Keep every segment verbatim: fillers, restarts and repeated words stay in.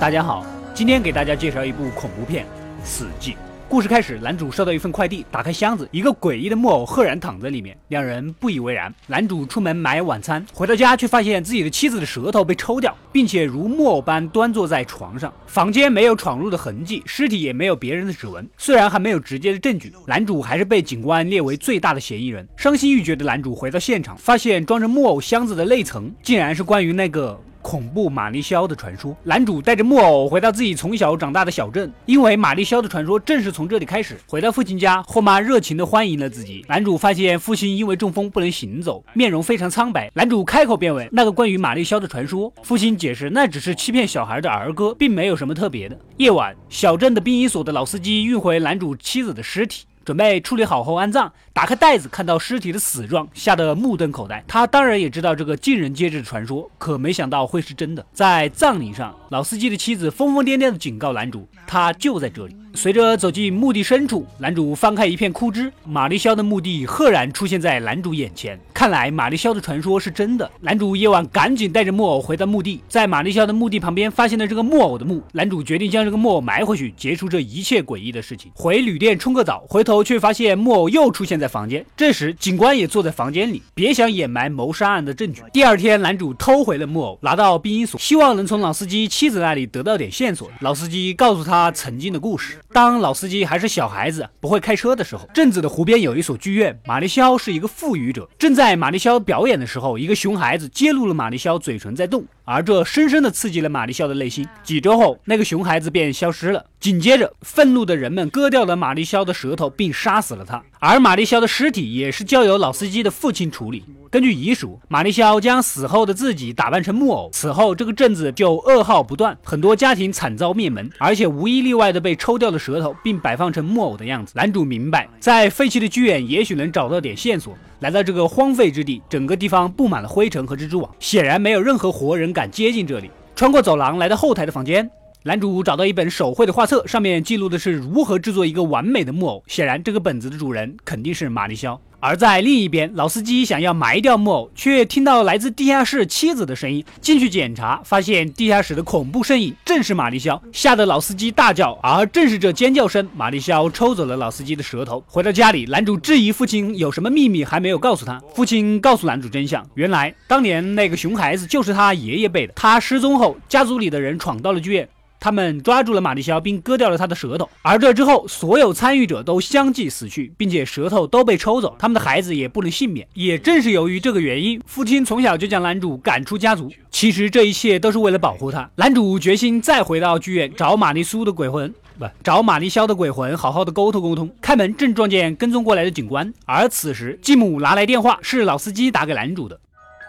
大家好，今天给大家介绍一部恐怖片《死寂》。故事开始，男主收到一份快递，打开箱子，一个诡异的木偶赫然躺在里面，两人不以为然。男主出门买晚餐，回到家却发现自己的妻子的舌头被抽掉，并且如木偶般端坐在床上。房间没有闯入的痕迹，尸体也没有别人的指纹。虽然还没有直接的证据，男主还是被警官列为最大的嫌疑人。伤心欲绝的男主回到现场，发现装着木偶箱子的内层竟然是关于那个恐怖玛丽肖的传说。男主带着木偶回到自己从小长大的小镇，因为玛丽肖的传说正是从这里开始。回到父亲家，后妈热情地欢迎了自己。男主发现父亲因为中风不能行走，面容非常苍白。男主开口便问那个关于玛丽肖的传说，父亲解释那只是欺骗小孩的儿歌，并没有什么特别的。夜晚，小镇的殡仪所的老司机运回男主妻子的尸体，准备处理好后安葬。打开袋子，看到尸体的死状，吓得目瞪口呆。他当然也知道这个尽人皆知的传说，可没想到会是真的。在葬礼上，老司机的妻子疯疯癫癫地警告男主，他就在这里。随着走进墓地深处，男主翻开一片枯枝，玛丽肖的墓地赫然出现在男主眼前。看来玛丽肖的传说是真的。男主夜晚赶紧带着木偶回到墓地，在玛丽肖的墓地旁边发现了这个木偶的墓。男主决定将这个木偶埋回去，结束这一切诡异的事情。回旅店冲个澡，回头却发现木偶又出现在房间。这时警官也坐在房间里，别想掩埋谋杀案的证据。第二天，男主偷回了木偶，拿到殡仪所，希望能从老司机妻子那里得到点线索。老司机告诉他曾经的故事。当老司机还是小孩子，不会开车的时候，镇子的湖边有一所剧院，玛丽肖是一个富裕者。正在玛丽肖表演的时候，一个熊孩子揭露了玛丽肖嘴唇在动，而这深深地刺激了玛丽肖的内心。几周后，那个熊孩子便消失了。紧接着，愤怒的人们割掉了玛丽肖的舌头，并杀死了他。而玛丽肖的尸体也是交由老司机的父亲处理。根据遗属，玛丽肖将死后的自己打扮成木偶，此后这个镇子就噩耗不断，很多家庭惨遭灭门，而且无一例外的被抽掉了舌头，并摆放成木偶的样子。男主明白，在废弃的剧院也许能找到点线索。来到这个荒废之地，整个地方布满了灰尘和蜘蛛网，显然没有任何活人敢接近这里。穿过走廊，来到后台的房间，男主找到一本手绘的画册，上面记录的是如何制作一个完美的木偶。显然这个本子的主人肯定是玛丽肖。而在另一边，老司机想要埋掉木偶，却听到来自地下室妻子的声音。进去检查，发现地下室的恐怖身影正是玛丽肖，吓得老司机大叫。而正是这尖叫声，玛丽肖抽走了老司机的舌头。回到家里，男主质疑父亲有什么秘密还没有告诉他。父亲告诉男主真相，原来当年那个熊孩子就是他爷爷辈的。他失踪后，家族里的人闯到了剧院，他们抓住了玛丽肖，并割掉了他的舌头。而这之后，所有参与者都相继死去，并且舌头都被抽走，他们的孩子也不能幸免。也正是由于这个原因，父亲从小就将男主赶出家族。其实这一切都是为了保护他。男主决心再回到剧院，找玛丽苏的鬼魂不找玛丽肖的鬼魂好好的沟通沟通。开门正撞见跟踪过来的警官，而此时继母拿来电话，是老司机打给男主的。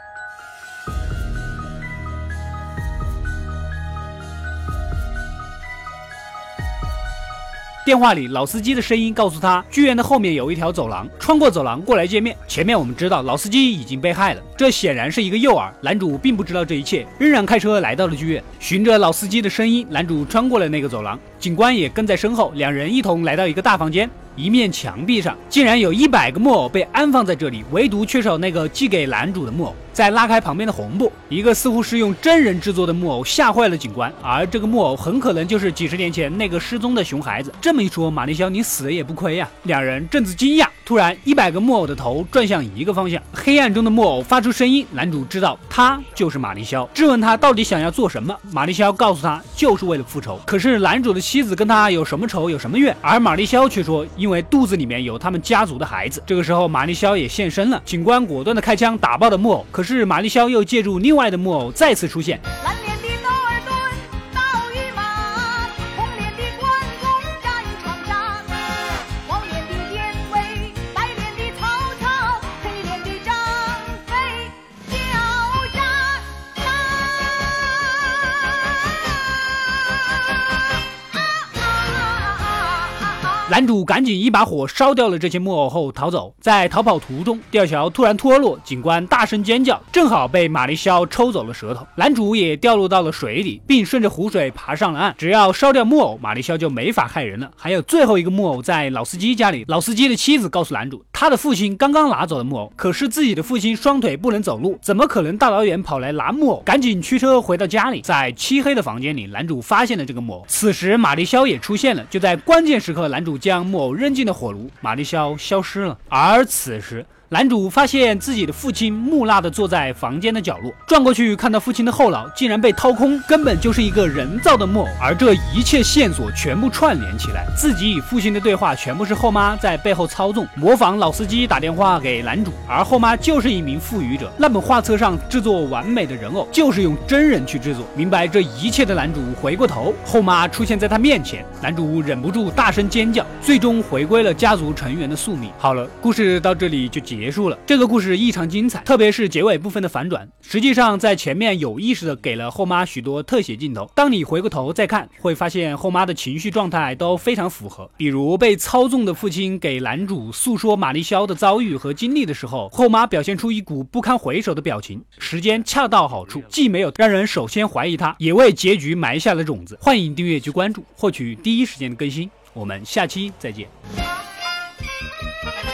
电话里，老司机的声音告诉他，剧院的后面有一条走廊，穿过走廊过来见面。前面我们知道老司机已经被害了，这显然是一个诱饵。男主并不知道这一切，仍然开车来到了剧院。循着老司机的声音，男主穿过了那个走廊，警官也跟在身后，两人一同来到一个大房间。一面墙壁上竟然有一百个木偶被安放在这里，唯独缺少那个寄给男主的木偶。再拉开旁边的红布，一个似乎是用真人制作的木偶吓坏了警官，而这个木偶很可能就是几十年前那个失踪的熊孩子。这么一说，玛丽肖你死也不亏呀！两人正自惊讶，突然一百个木偶的头转向一个方向，黑暗中的木偶发出声音，男主知道他就是玛丽肖，质问他到底想要做什么。玛丽肖告诉他就是为了复仇。可是男主的妻子跟他有什么仇有什么怨，而玛丽肖却说因为肚子里面有他们家族的孩子。这个时候玛丽肖也现身了，警官果断的开枪打爆了木偶，可是玛丽肖又借助另外的木偶再次出现。蓝脸的诺尔顿，刀与马，红脸的关公战场上，黄脸的典韦，白脸的曹操，黑脸的张飞，叫杀杀。男主赶紧一把火烧掉了这些木偶后逃走，在逃跑途中，吊桥突然脱落，警官大声尖叫，正好被玛丽肖抽走了舌头。男主也掉落到了水里，并顺着湖水爬上了岸。只要烧掉木偶，玛丽肖就没法害人了。还有最后一个木偶在老司机家里，老司机的妻子告诉男主， 他的父亲刚刚拿走了木偶，可是自己的父亲双腿不能走路，怎么可能大老远跑来拿木偶？赶紧驱车回到家里，在漆黑的房间里，男主发现了这个木偶。此时玛丽肖也出现了，就在关键时刻，男主将木偶扔进了火炉，玛丽肖消失了。而此时男主发现自己的父亲木讷地坐在房间的角落，转过去看到父亲的后脑竟然被掏空，根本就是一个人造的木偶。而这一切线索全部串联起来，自己与父亲的对话全部是后妈在背后操纵，模仿老司机打电话给男主，而后妈就是一名赋予者。那本画册上制作完美的人偶就是用真人去制作。明白这一切的男主回过头，后妈出现在他面前，男主忍不住大声尖叫，最终回归了家族成员的宿命。好了，故事到这里就结束了。这个故事异常精彩，特别是结尾部分的反转，实际上在前面有意识的给了后妈许多特写镜头，当你回过头再看，会发现后妈的情绪状态都非常符合。比如被操纵的父亲给男主诉说玛丽肖的遭遇和经历的时候，后妈表现出一股不堪回首的表情，时间恰到好处，既没有让人首先怀疑他，也为结局埋下了种子。欢迎订阅及关注，获取第一时间的更新。我们下期再见。